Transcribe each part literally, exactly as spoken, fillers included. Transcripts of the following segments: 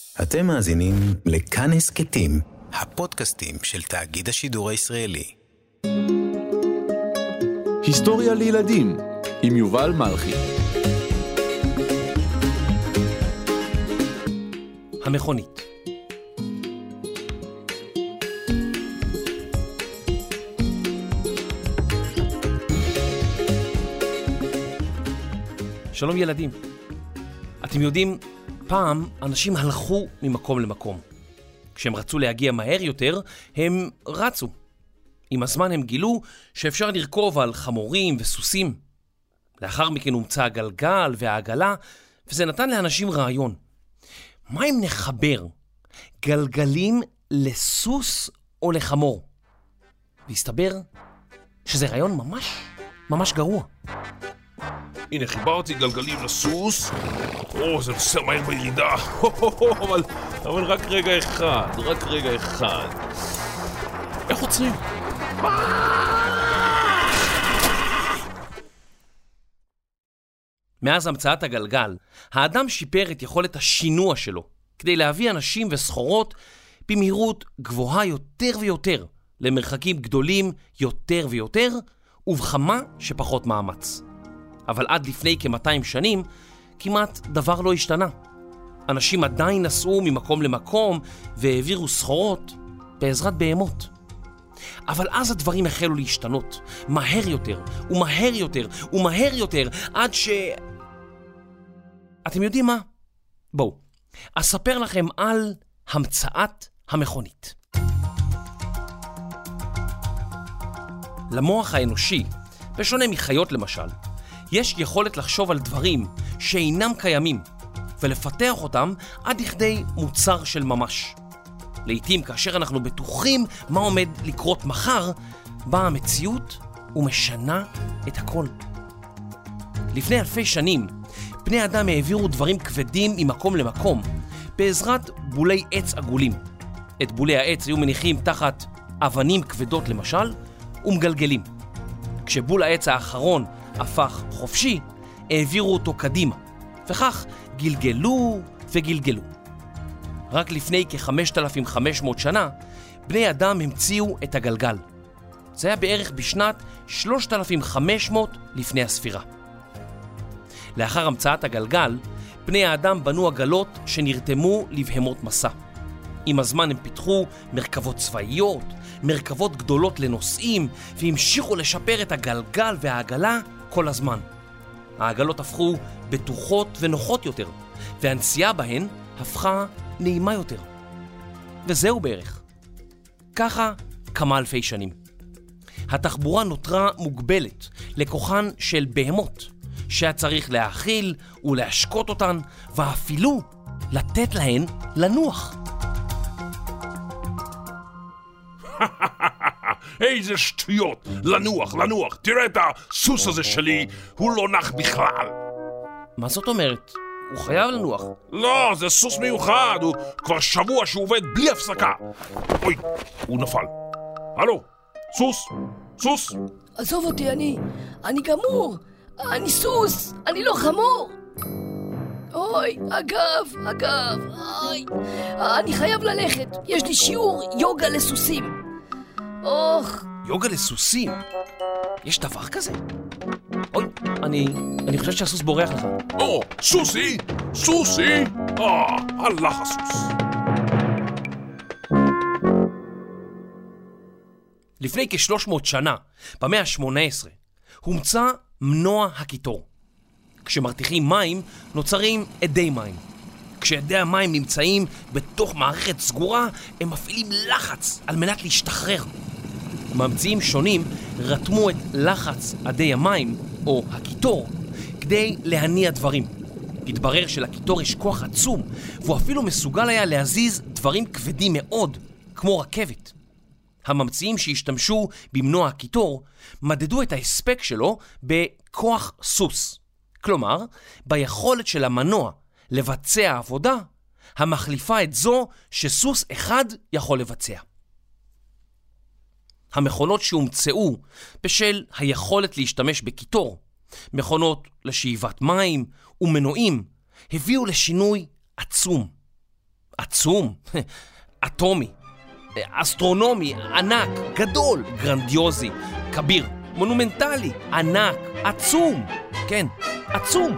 אתם מאזינים לכאן הסכתים, הפודקאסטים של תאגיד השידור הישראלי. היסטוריה לילדים עם יובל מלכי. המכונית. שלום ילדים. אתם יודעים, פעם אנשים הלכו ממקום למקום. כשהם רצו להגיע מהר יותר, הם רצו. עם הזמן הם גילו שאפשר לרכוב על חמורים וסוסים. לאחר מכן הומצא הגלגל והעגלה, וזה נתן לאנשים רעיון. מה אם נחבר גלגלים לסוס או לחמור? והסתבר שזה רעיון ממש, ממש גרוע. הנה, חיברתי גלגלים לסוס. או, זה נוסע מהר בירידה. אבל, אבל רק רגע אחד, רק רגע אחד. איך עוצרים? מאז המצאת הגלגל, האדם שיפר את יכולת השינוע שלו, כדי להביא אנשים וסחורות במהירות גבוהה יותר ויותר, למרחקים גדולים יותר ויותר, ובכמה שפחות מאמץ. אבל עד לפני כ-מאתיים שנים, כמעט דבר לא השתנה. אנשים עדיין נסעו ממקום למקום והעבירו סחורות בעזרת בהמות. אבל אז הדברים החלו להשתנות, מהר יותר, ומהר יותר, ומהר יותר, עד ש... אתם יודעים מה? בואו, אספר לכם על המצאת המכונית. למוח האנושי, בשונה מחיות למשל, יש יכולת לחשוב על דברים שאינם קיימים, ולפתח אותם עד לכדי מוצר של ממש. לעתים כאשר אנחנו בטוחים מה עומד לקרות מחר, באה המציאות ומשנה את הכל. לפני אלפי שנים, בני אדם העבירו דברים כבדים ממקום למקום, בעזרת בולי עץ עגולים. את בולי העץ היו מניחים תחת אבנים כבדות למשל, ומגלגלים. כשבול העץ האחרון הפך חופשי, העבירו אותו קדימה, וכך גלגלו וגלגלו. רק לפני כ-חמשת אלפים וחמש מאות שנה, בני אדם המציאו את הגלגל. זה היה בערך בשנת שלושת אלפים וחמש מאות לפני הספירה. לאחר המצאת הגלגל, בני האדם בנו עגלות שנרתמו לבהמות מסע. עם הזמן הם פיתחו מרכבות צבאיות, מרכבות גדולות לנוסעים, והמשיכו לשפר את הגלגל והעגלה כל הזמן. העגלות הפכו בטוחות ונוחות יותר, והנסיעה בהן הפכה נעימה יותר. וזהו בערך. ככה כמה אלפי שנים. התחבורה נותרה מוגבלת לכוחן של בהמות, שהיה צריך להאכיל ולהשקות אותן, ואפילו לתת להן לנוח. איזה שטויות, לנוח, לנוח. תראה את הסוס הזה שלי, הוא לא נח בכלל. מה זאת אומרת? הוא חייב לנוח. לא, זה סוס מיוחד, הוא כבר שבוע שהוא עובד בלי הפסקה. אוי, הוא נפל. הלו, סוס, סוס. עזוב אותי, אני, אני גמור. אני סוס, אני לא חמור. אוי, אגב, אגב, אוי. אני חייב ללכת, יש לי שיעור יוגה לסוסים. אוח. יוגה לסוסים? יש דבר כזה? אוי, אני, אני חושב שהסוס בורח לך. או, סוסי, סוסי. אה, הלך הסוס. לפני כ-שלוש מאות שנה, במאה ה-שמונה עשרה, הומצא מנוע הקיטור. כשמרתיחים מים, נוצרים עדי מים. כשעדי המים נמצאים בתוך מערכת סגורה, הם מפעילים לחץ על מנת להשתחרר. ממציאים שונים רתמו את לחץ עדי המים, או הקיטור, כדי להניע דברים. התברר שלקיטור יש כוח עצום, והוא אפילו מסוגל היה להזיז דברים כבדים מאוד, כמו רכבת. הממציאים שהשתמשו במנוע הקיטור מדדו את ההספק שלו בכוח סוס. כלומר, ביכולת של המנוע לבצע עבודה המחליפה את זו שסוס אחד יכול לבצע. המכונות שהומצאו בשל היכולת להשתמש בקיטור, מכונות לשאיבת מים ומנועים, הביאו לשינוי עצום. עצום, אטומי, אסטרונומי, ענק, גדול, גרנדיוזי, כביר, מונומנטלי, ענק, עצום, כן, עצום.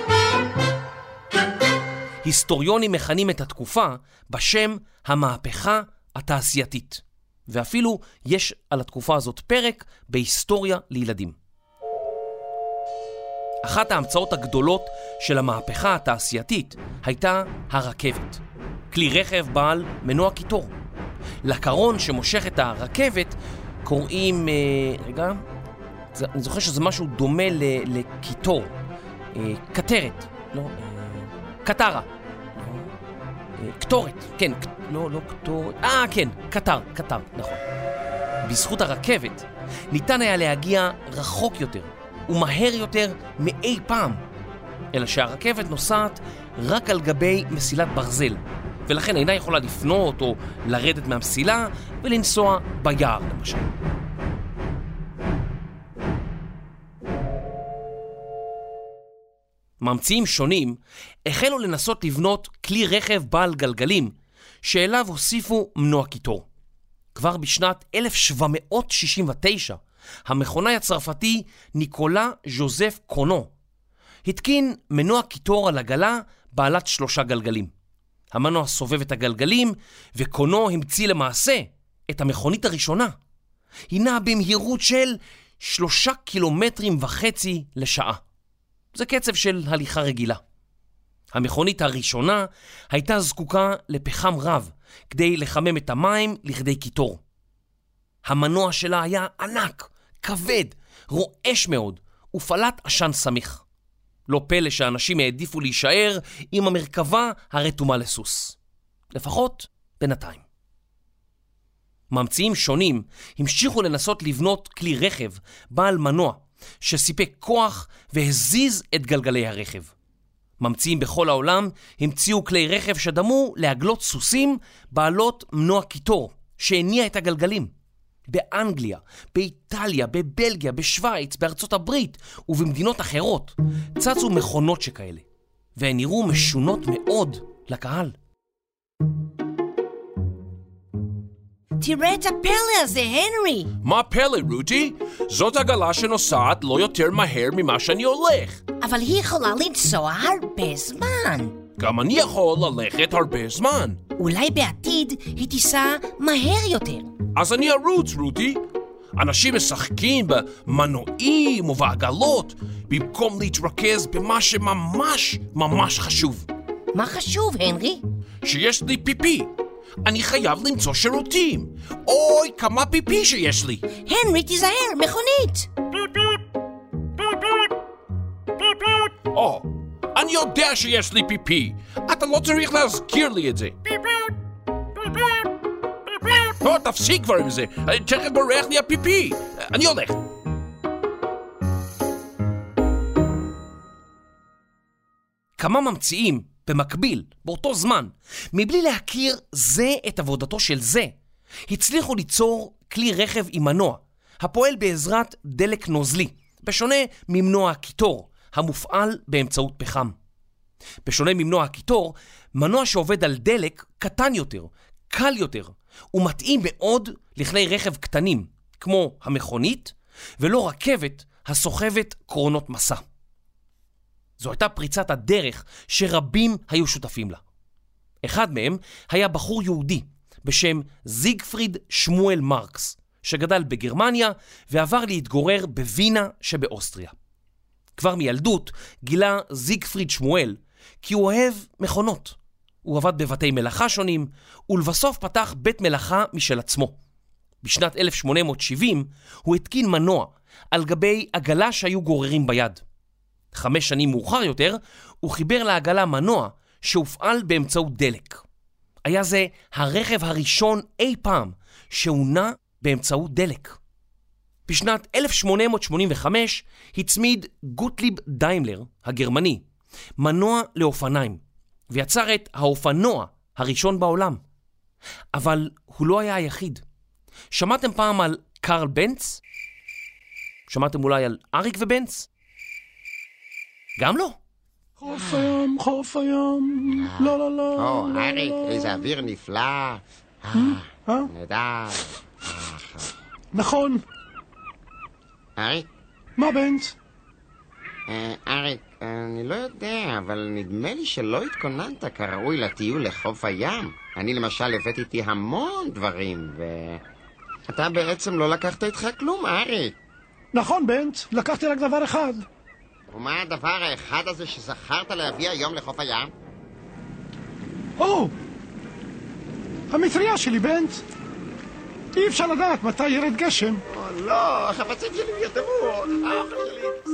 היסטוריונים מכנים את התקופה בשם המהפכה התעשייתית, ואפילו יש על התקופה הזאת פרק בהיסטוריה לילדים. אחת ההמצאות הגדולות של המהפכה התעשייתית הייתה הרכבת, כלי רכב בעל מנוע קיטור. לקרון שמושך את הרכבת קוראים, אה, רגע, זה, אני זוכר שזה משהו דומה ל, לקיטור, אה, קטרת, לא, אה, קטרה, לא, אה, קטורת, כן, ק, לא, לא קטורת, אה, כן, קטר, קטר, נכון. בזכות הרכבת ניתן היה להגיע רחוק יותר ומהר יותר מאי פעם, אלא שהרכבת נוסעת רק על גבי מסילת ברזל, ולכן אינה יכולה לפנות או לרדת מהמסילה ולנסוע ביער למשל. ממציאים שונים החלו לנסות לבנות כלי רכב בעל גלגלים שאליו הוסיפו מנוע קיטור. כבר בשנת אלף שבע מאות שישים ותשע המכונאי הצרפתי ניקולה ז'וזף קונו התקין מנוע קיטור על עגלה בעלת שלושה גלגלים. המנוע סובב את הגלגלים, וקונו המציא למעשה את המכונית הראשונה. היא נעה במהירות של שלושה קילומטרים וחצי לשעה. זה קצב של הליכה רגילה. המכונית הראשונה הייתה זקוקה לפחם רב כדי לחמם את המים לכדי קיטור. המנוע שלה היה ענק, כבד, רועש מאוד, ופלט עשן סמיך. לא פלא שאנשים העדיפו להישאר עם המרכבה הרתומה לסוס. לפחות בינתיים. ממציאים שונים המשיכו לנסות לבנות כלי רכב בעל מנוע שסיפק כוח והזיז את גלגלי הרכב. ממציאים בכל העולם המציאו כלי רכב שדמו לעגלות סוסים בעלות מנוע קיטור שהניע את הגלגלים. באנגליה, באיטליה, בבלגיה, בשוויץ, בארצות הברית ובמדינות אחרות צצו מכונות שכאלה, והן נראו משונות מאוד לקהל. תראה את הפלא הזה, הנרי. מה פלא, רותי? זאת עגלה שנוסעת לא יותר מהר ממה שאני הולך. אבל היא יכולה לנסוע הרבה זמן. גם אני יכול ללכת הרבה זמן. אולי בעתיד היא תיסע מהר יותר. אז אני ארוץ, רותי. אנשים משחקים במנועים ובעגלות במקום להתרכז במה שממש ממש חשוב. מה חשוב, הנרי? שיש לי פיפי. אני חייב למצוא שירותים. אוי, כמה פיפי שיש לי. הנרי, תיזהר, מכונית. או, אני יודע שיש לי פיפי. אתה לא צריך להזכיר לי את זה. לא, תפסיק כבר עם זה. תכף בורח לי הפיפי. אני הולך. כמה ממציאים במקביל, באותו זמן, מבלי להכיר זה את עבודתו של זה, הצליחו ליצור כלי רכב עם מנוע, הפועל בעזרת דלק נוזלי, בשונה ממנוע הקיטור, המופעל באמצעות פחם. בשונה ממנוע הקיטור, מנוע שעובד על דלק קטן יותר, קל יותר, ומתאים מאוד לכלי רכב קטנים, כמו המכונית, ולא רכבת הסוחבת קרונות מסע. זו הייתה פריצת הדרך שרבים היו שותפים לה. אחד מהם היה בחור יהודי בשם זיגפריד שמואל מרקס, שגדל בגרמניה ועבר להתגורר בווינה שבאוסטריה. כבר מילדות גילה זיגפריד שמואל כי הוא אוהב מכונות. הוא עבד בבתי מלאכה שונים, ולבסוף פתח בית מלאכה משל עצמו. בשנת אלף שמונה מאות שבעים הוא התקין מנוע על גבי עגלה שהיו גוררים ביד. חמש שנים מאוחר יותר הוא חיבר לעגלה מנוע שהופעל באמצעות דלק. היה זה הרכב הראשון אי פעם שהונע באמצעות דלק. בשנת אלף שמונה מאות שמונים וחמש הצמיד גוטליב דיימלר הגרמני מנוע לאופניים, ויצר את האופנוע הראשון בעולם. אבל הוא לא היה היחיד. שמעתם פעם על קרל בנץ? שמעתם אולי על אריק ובנץ? גם לא. חוף הים, חוף הים, לא לא לא. או, אריק, איזה אוויר נפלא. נהדר. נכון. אריק? מה בנץ? אריק, אני לא יודע, אבל נדמה לי שלא התכוננת כראוי לטיול לחוף הים. אני למשל הבאתי איתי המון דברים, ואתה בעצם לא לקחת איתך כלום, אריק. נכון בנץ, לקחתי רק דבר אחד. ומה הדבר האחד הזה שזכרת להביא היום לחוף הים? או! המטריה שלי בנץ. אי אפשר לדעת מתי ירד גשם. או לא, החפצים שלי יתמו, האוכל שלי.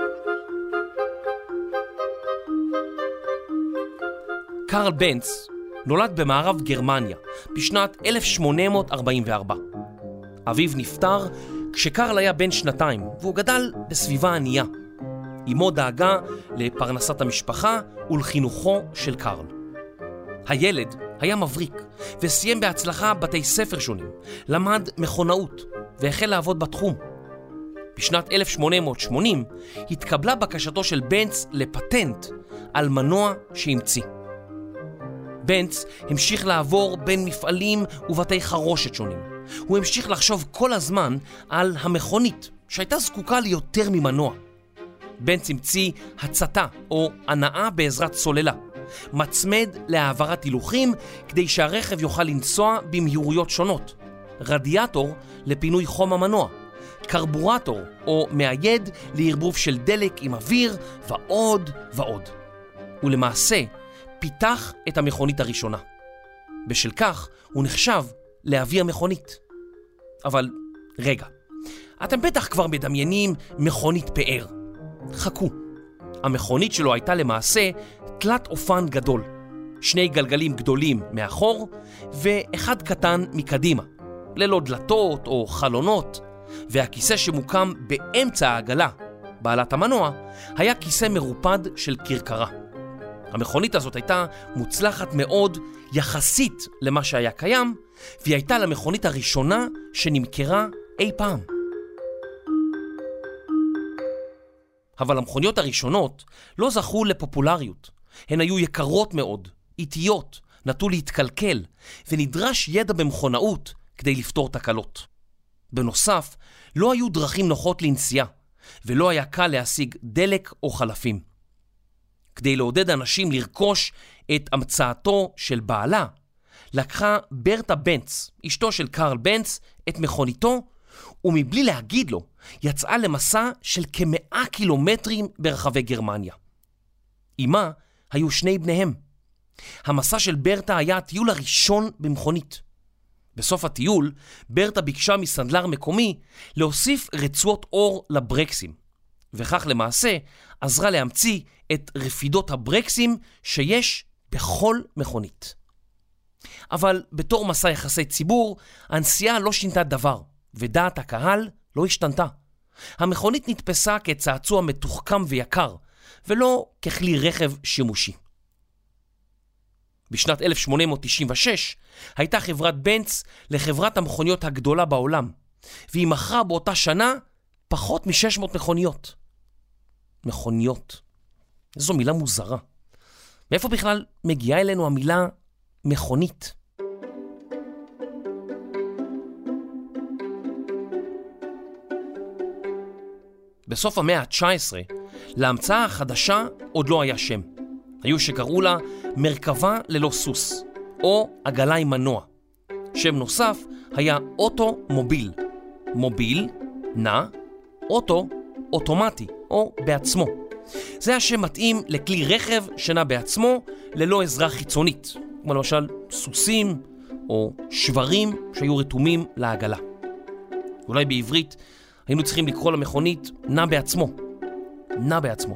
קרל בנץ נולד במערב גרמניה בשנת אלף שמונה מאות ארבעים וארבע. אביו נפטר כשקרל היה בן שנתיים, והוא גדל בסביבה ענייה. אמו דאגה לפרנסת המשפחה ולחינוכו של קרל. הילד היה מבריק וסיים בהצלחה בתי ספר שונים, למד מכונאות והחל לעבוד בתחום. בשנת אלף שמונה מאות שמונים התקבלה בקשתו של בנץ לפטנט על מנוע שהמציא. בנץ המשיך לעבור בין מפעלים ובתי חרושת שונים. הוא המשיך לחשוב כל הזמן על המכונית שהייתה זקוקה ליותר ממנוע. בנץ המציא הצתה או הנעה בעזרת סוללה, מצמד להעברת הילוכים כדי שהרכב יוכל לנסוע במהירויות שונות, רדיאטור לפינוי חום המנוע, קרבורטור או מאייד לערבוב של דלק עם אוויר ועוד ועוד. ולמעשה פיתח את המכונית הראשונה. בשל כך הוא נחשב לאבי המכונית. אבל רגע, אתם בטח כבר מדמיינים מכונית פאר. חכו. המכונית שלו הייתה למעשה תלת אופן גדול. שני גלגלים גדולים מאחור ואחד קטן מקדימה, ללא דלתות או חלונות, והכיסא שמוקם באמצע העגלה, בעלת המנוע, היה כיסא מרופד של קרקרה. המכונית הזאת הייתה מוצלחת מאוד יחסית למה שהיה קיים, והיא הייתה למכונית הראשונה שנמכרה אי פעם. אבל המכוניות הראשונות לא זכו לפופולריות. הן היו יקרות מאוד, איטיות, נטו להתקלקל, ונדרש ידע במכונאות כדי לפתור תקלות. בנוסף, לא היו דרכים נוחות לנסיעה, ולא היה קל להשיג דלק או חלפים. כדי לעודד אנשים לרכוש את המצאתו של בעלה, לקחה ברטה בנץ, אשתו של קרל בנץ, את מכוניתו, ומבלי להגיד לו, יצאה למסע של כמאה קילומטרים ברחבי גרמניה. אימה היו שני בניהם. המסע של ברטה היה הטיול הראשון במכונית. בסוף הטיול, ברטה ביקשה מסנדלר מקומי להוסיף רצועות אור לברקסים, וכך למעשה עזרה להמציא את רפידות הברקסים שיש בכל מכונית. אבל בתור מסע יחסי ציבור, הנסיעה לא שינתה דבר, ודעת הקהל לא השתנתה. המכונית נתפסה כצעצוע מתוחכם ויקר, ולא ככלי רכב שימושי. בשנת אלף שמונה מאות תשעים ושש הייתה חברת בנץ לחברת המכוניות הגדולה בעולם, והיא מכרה באותה שנה פחות מ-שש מאות מכוניות. מכוניות. זו מילה מוזרה. מאיפה בכלל מגיעה אלינו המילה מכונית? בסוף המאה ה-תשע עשרה, להמצאה החדשה עוד לא היה שם. היו שקראו לה מרכבה ללא סוס, או עגלה עם מנוע. שם נוסף היה אוטו מוביל. מוביל, נע, אוטו, אוטומטי, או בעצמו. זה השם מתאים לכלי רכב שנע בעצמו ללא עזרה חיצונית, כמו למשל סוסים או שברים שהיו רתומים לעגלה. אולי בעברית היינו צריכים לקרוא למכונית נע בעצמו. נע בעצמו.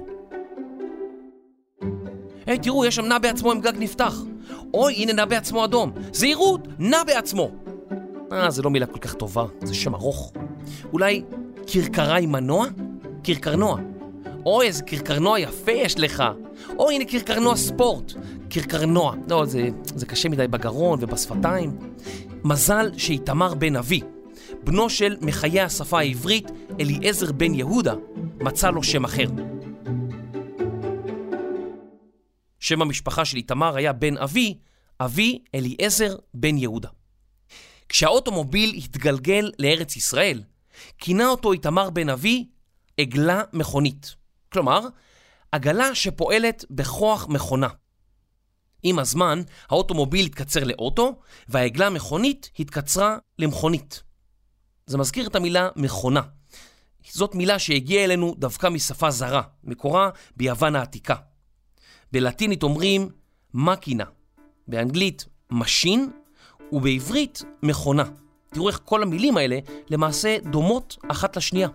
היי, תראו, יש שם נע בעצמו עם גג נפתח. אוי, הנה נע בעצמו אדום. זהירות, נע בעצמו. אה, זה לא מילה כל כך טובה, זה שם ארוך. אולי קרקרה עם מנוע? קרקרנוע. אוי, איזה קרקרנוע יפה יש לך. אוי, הנה קרקרנוע ספורט. קרקרנוע. לא, זה, זה קשה מדי בגרון ובשפתיים. מזל שאיתמר בן אבי, בנו של מחיי השפה העברית אליעזר בן יהודה, מצא לו שם אחר. שם המשפחה של איתמר היה בן אבי, אבי אליעזר בן יהודה. כשהאוטומוביל התגלגל לארץ ישראל, כינה אותו איתמר בן אבי עגלה מכונית. כלומר, עגלה שפועלת בכוח מכונה. עם הזמן, האוטומוביל התקצר לאוטו, והעגלה מכונית התקצרה למכונית. זה מזכיר את המילה מכונה. זאת מילה שהגיעה אלינו דווקא משפה זרה, מקורה ביוון העתיקה. בלטינית אומרים מקינה, באנגלית משין, ובעברית מכונה. תראו איך כל המילים האלה למעשה דומות אחת לשנייה.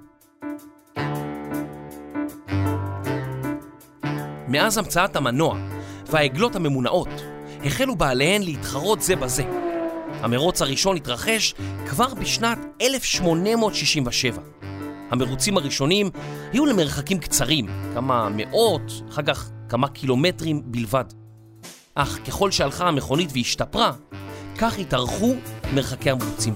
מאז המצאת המנוע והעגלות הממונעות, החלו בעליהן להתחרות זה בזה. המרוץ הראשון התרחש כבר בשנת אלף שמונה מאות שישים ושבע. המרוצים הראשונים היו למרחקים קצרים, כמה מאות, אחר כך כמה קילומטרים בלבד. אך ככל שהלכה המכונית והשתפרה, כך התארכו מרחקי המרוצים.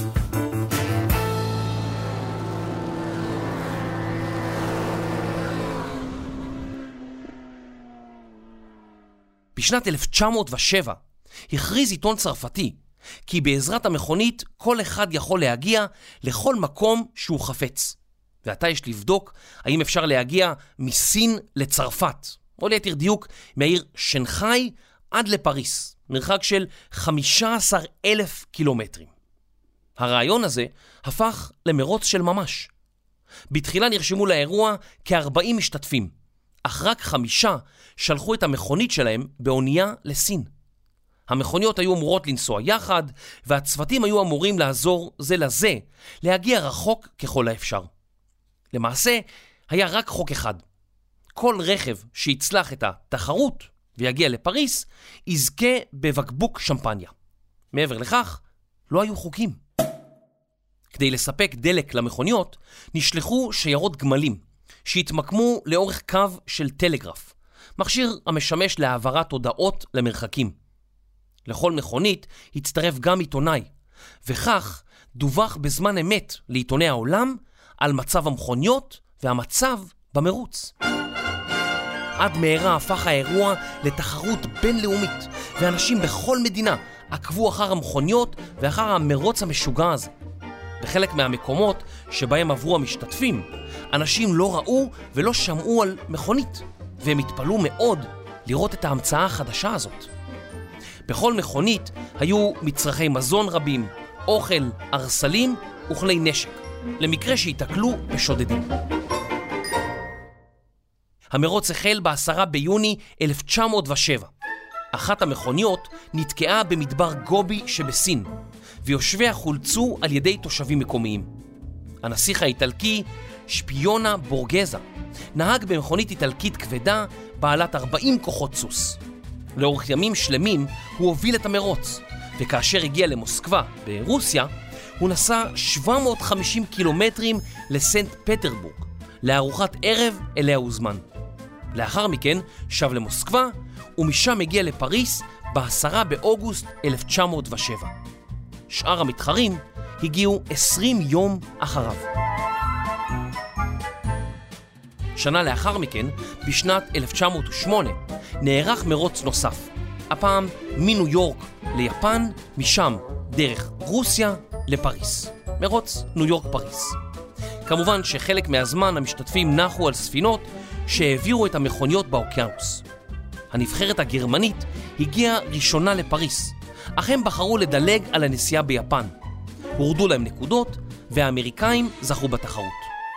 בשנת אלף תשע מאות ושבע הכריז עיתון צרפתי כי בעזרת המכונית כל אחד יכול להגיע לכל מקום שהוא חפץ. ועתה יש לבדוק האם אפשר להגיע מסין לצרפת, או ליתר דיוק מהעיר שנגחאי עד לפריס, מרחק של חמישה עשר אלף קילומטרים. הרעיון הזה הפך למרוץ של ממש. בתחילה נרשמו לאירוע כ-ארבעים משתתפים, אך רק חמישה שלחו את המכונית שלהם באונייה לסין. המכוניות היו אמורות לנסוע יחד, והצוותים היו אמורים לעזור זה לזה, להגיע רחוק ככל האפשר. למעשה, היה רק חוק אחד. כל רכב שיצלח את התחרות ויגיע לפריס, יזכה בבקבוק שמפניה. מעבר לכך, לא היו חוקים. כדי לספק דלק למכוניות, נשלחו שיירות גמלים, שהתמקמו לאורך קו של טלגרף, מכשיר המשמש להעברת הודעות למרחקים. לכל מכונית הצטרף גם עיתונאי, וכך דווח בזמן אמת לעיתוני העולם על מצב המכוניות והמצב במרוץ. עד מהרה הפך האירוע לתחרות בינלאומית, ואנשים בכל מדינה עקבו אחר המכוניות ואחר המרוץ המשוגע הזה. בחלק מהמקומות שבהם עברו המשתתפים, אנשים לא ראו ולא שמעו על מכונית, והם התפלאו מאוד לראות את ההמצאה החדשה הזאת. בכל מכונית היו מצרכי מזון רבים, אוכל, ארסלים וכלי נשק, למקרה שהתקלו בשודדים. המרוץ החל בעשרה ביוני אלף תשע מאות ושבע. אחת המכוניות נתקעה במדבר גובי שבסין, ויושביה חולצו על ידי תושבים מקומיים. הנסיך האיטלקי שפיונה בורגזה נהג במכונית איטלקית כבדה בעלת ארבעים כוחות סוס. לאורך ימים שלמים הוא הוביל את המרוץ, וכאשר הגיע למוסקבה ברוסיה, הוא נסע שבע מאות וחמישים קילומטרים לסנט פטרבורג, לארוחת ערב אליה הוזמן. לאחר מכן שב למוסקבה, ומשם הגיע לפריס בעשרה באוגוסט אלף תשע מאות ושבע. שאר המתחרים הגיעו עשרים יום אחריו. שנה לאחר מכן, בשנת אלף תשע מאות ושמונה, נערך מרוץ נוסף. הפעם מניו יורק ליפן, משם דרך רוסיה לפריס. מרוץ ניו יורק פריס. כמובן שחלק מהזמן המשתתפים נחו על ספינות שהעבירו את המכוניות באוקיינוס. הנבחרת הגרמנית הגיעה ראשונה לפריס, אך הם בחרו לדלג על הנסיעה ביפן. הורדו להם נקודות, והאמריקאים זכו בתחרות.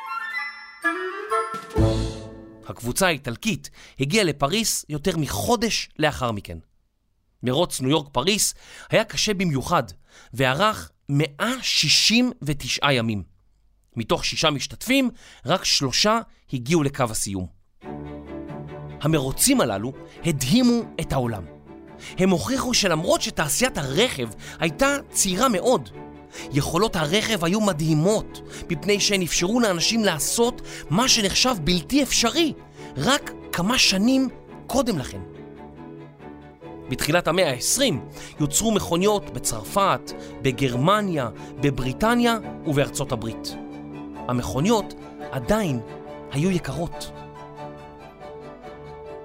הקבוצה האיטלקית הגיעה לפריס יותר מחודש לאחר מכן. מרוץ ניו יורק פריס היה קשה במיוחד, וערך מאה שישים ותשעה ימים. מתוך שישה משתתפים, רק שלושה הגיעו לקו הסיום. המרוצים הללו הדהימו את העולם. הם הוכיחו שלמרות שתעשיית הרכב הייתה צעירה מאוד, יכולות הרכב היו מדהימות, מפני שהן אפשרו לאנשים לעשות מה שנחשב בלתי אפשרי, רק כמה שנים קודם לכן. בתחילת המאה ה-עשרים יוצרו מכוניות בצרפת, בגרמניה, בבריטניה ובארצות הברית. המכוניות עדיין היו יקרות.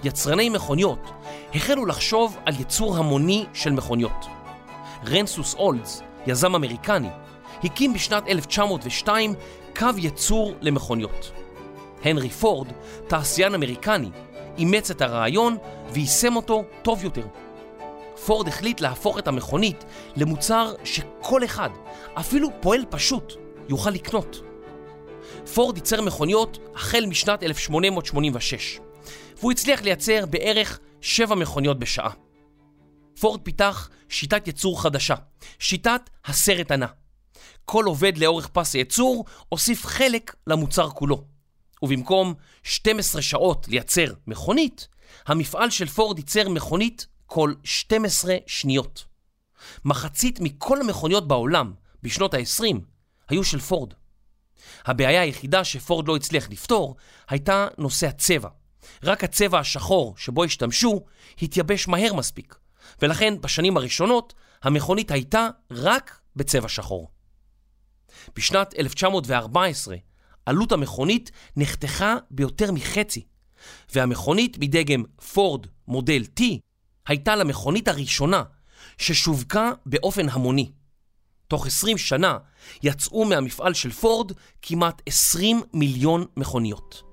יצרני מכוניות החלו לחשוב על יצור המוני של מכוניות. רנסוס אולדס, יזם אמריקני, הקים בשנת אלף תשע מאות ושתיים קו יצור למכוניות. הנרי פורד, תעשיין אמריקני, אימץ את הרעיון ויישם אותו טוב יותר. פורד החליט להפוך את המכונית למוצר שכל אחד, אפילו פועל פשוט, יוכל לקנות. פורד ייצר מכוניות החל משנת אלף שמונה מאות שמונים ושש, והוא הצליח לייצר בערך שבע מכוניות בשעה. פורד פיתח שיטת ייצור חדשה, שיטת הסרט ענה. כל עובד לאורך פס הייצור הוסיף חלק למוצר כולו. ובמקום שתים עשרה שעות לייצר מכונית, המפעל של פורד ייצר מכונית כל שתים עשרה שניות. מחצית מכל המכוניות בעולם בשנות ה-עשרים היו של פורד. הבעיה היחידה שפורד לא הצליח לפתור הייתה נושא הצבע. רק הצבע השחור שבו השתמשו התייבש מהר מספיק, ולכן בשנים הראשונות המכונית הייתה רק בצבע שחור. בשנת אלף תשע מאות וארבע עשרה עלות המכונית נחתכה ביותר מחצי, והמכונית מדגם פורד מודל T הייתה למכונית הראשונה ששווקה באופן המוני. תוך עשרים שנה יצאו מהמפעל של פורד כמעט עשרים מיליון מכוניות.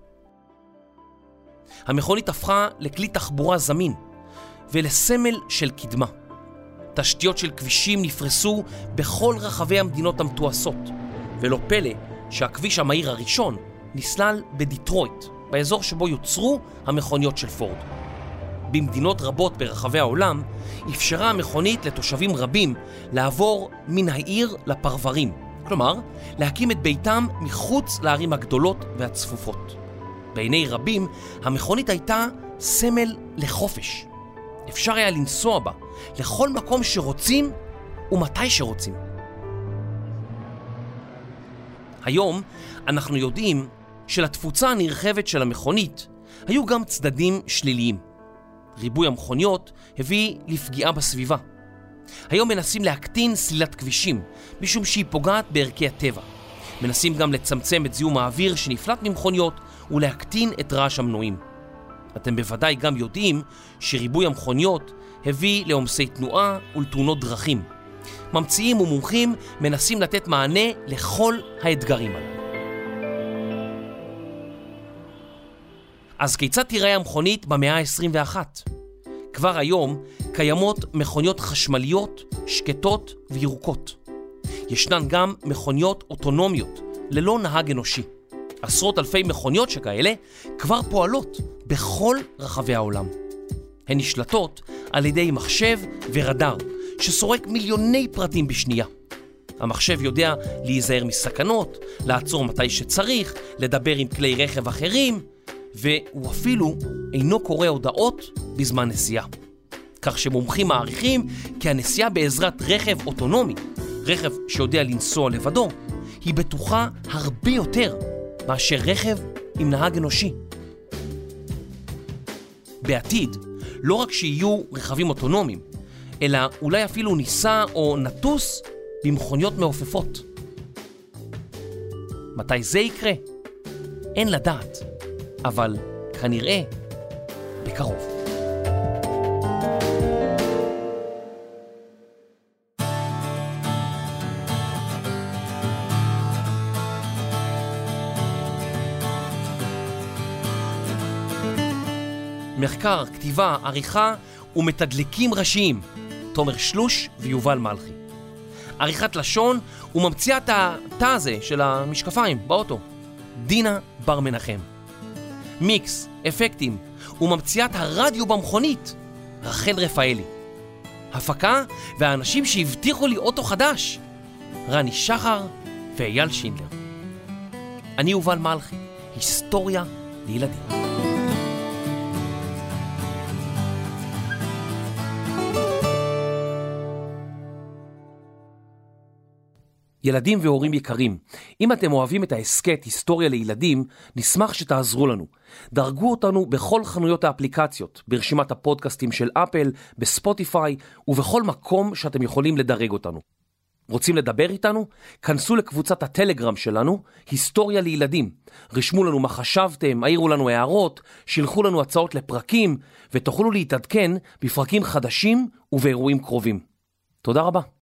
המכונית הפכה לכלי תחבורה זמין ולסמל של קדמה. תשתיות של כבישים נפרסו בכל רחבי המדינות המתועשות, ולא פלא שהכביש המהיר הראשון נסלל בדיטרויט, באזור שבו יוצרו המכוניות של פורד. במדינות רבות ברחבי העולם אפשרה המכונית לתושבים רבים לעבור מן העיר לפרברים, כלומר להקים את ביתם מחוץ לערים הגדולות והצפופות. בעיני רבים המכונית הייתה סמל לחופש. אפשר היה לנסוע בה לכל מקום שרוצים ומתי שרוצים. היום אנחנו יודעים שלתפוצה הנרחבת של המכונית היו גם צדדים שליליים. ריבוי המכוניות הביא לפגיעה בסביבה. היום מנסים להקטין סלילת כבישים, משום שהיא פוגעת בערכי הטבע. מנסים גם לצמצם את זיהום האוויר שנפלט ממכוניות ולהקטין את רעש המנועים. אתם בוודאי גם יודעים שריבוי המכוניות הביא לעומסי תנועה ולתאונות דרכים. ממציאים ומומחים מנסים לתת מענה לכל האתגרים האלה. אז כיצד תיראה המכונית במאה ה-עשרים ואחת? כבר היום קיימות מכוניות חשמליות, שקטות וירוקות. ישנן גם מכוניות אוטונומיות, ללא נהג אנושי. עשרות אלפי מכוניות שכאלה כבר פועלות בכל רחבי העולם. הן נשלטות על ידי מחשב ורדאר, שסורק מיליוני פרטים בשנייה. המחשב יודע להיזהר מסכנות, לעצור מתי שצריך, לדבר עם כלי רכב אחרים, והוא אפילו אינו קורא הודעות בזמן נסיעה. כך שמומחים מעריכים כי הנסיעה בעזרת רכב אוטונומי, רכב שיודע לנסוע לבדו, היא בטוחה הרבה יותר מאשר רכב עם נהג אנושי. בעתיד, לא רק שיהיו רכבים אוטונומיים, אלא אולי אפילו ניסע או נטוס במכוניות מעופפות. מתי זה יקרה? אין לדעת, אבל כנראה בקרוב. מחקר, כתיבה, עריכה ומתדלקים ראשיים, תומר שלוש ויובל מלכי. עריכת לשון וממציאת התא הזה של המשקפיים באוטו, דינה בר מנחם. מיקס, אפקטים וממציאת הרדיו במכונית, רחל רפאלי. הפקה והאנשים שהבטיחו לי אוטו חדש, רני שחר ואייל שינדלר. אני יובל מלכי, היסטוריה לילדים. ילדים והורים יקרים, אם אתם אוהבים את העסקת היסטוריה לילדים, נשמח שתעזרו לנו. דרגו אותנו בכל חנויות האפליקציות, ברשימת הפודקאסטים של אפל, בספוטיפיי ובכל מקום שאתם יכולים לדרג אותנו. רוצים לדבר איתנו? כנסו לקבוצת הטלגרם שלנו, היסטוריה לילדים. רשמו לנו מה חשבתם, העירו לנו הערות, שילחו לנו הצעות לפרקים, ותוכלו להתעדכן בפרקים חדשים ובאירועים קרובים. תודה רבה.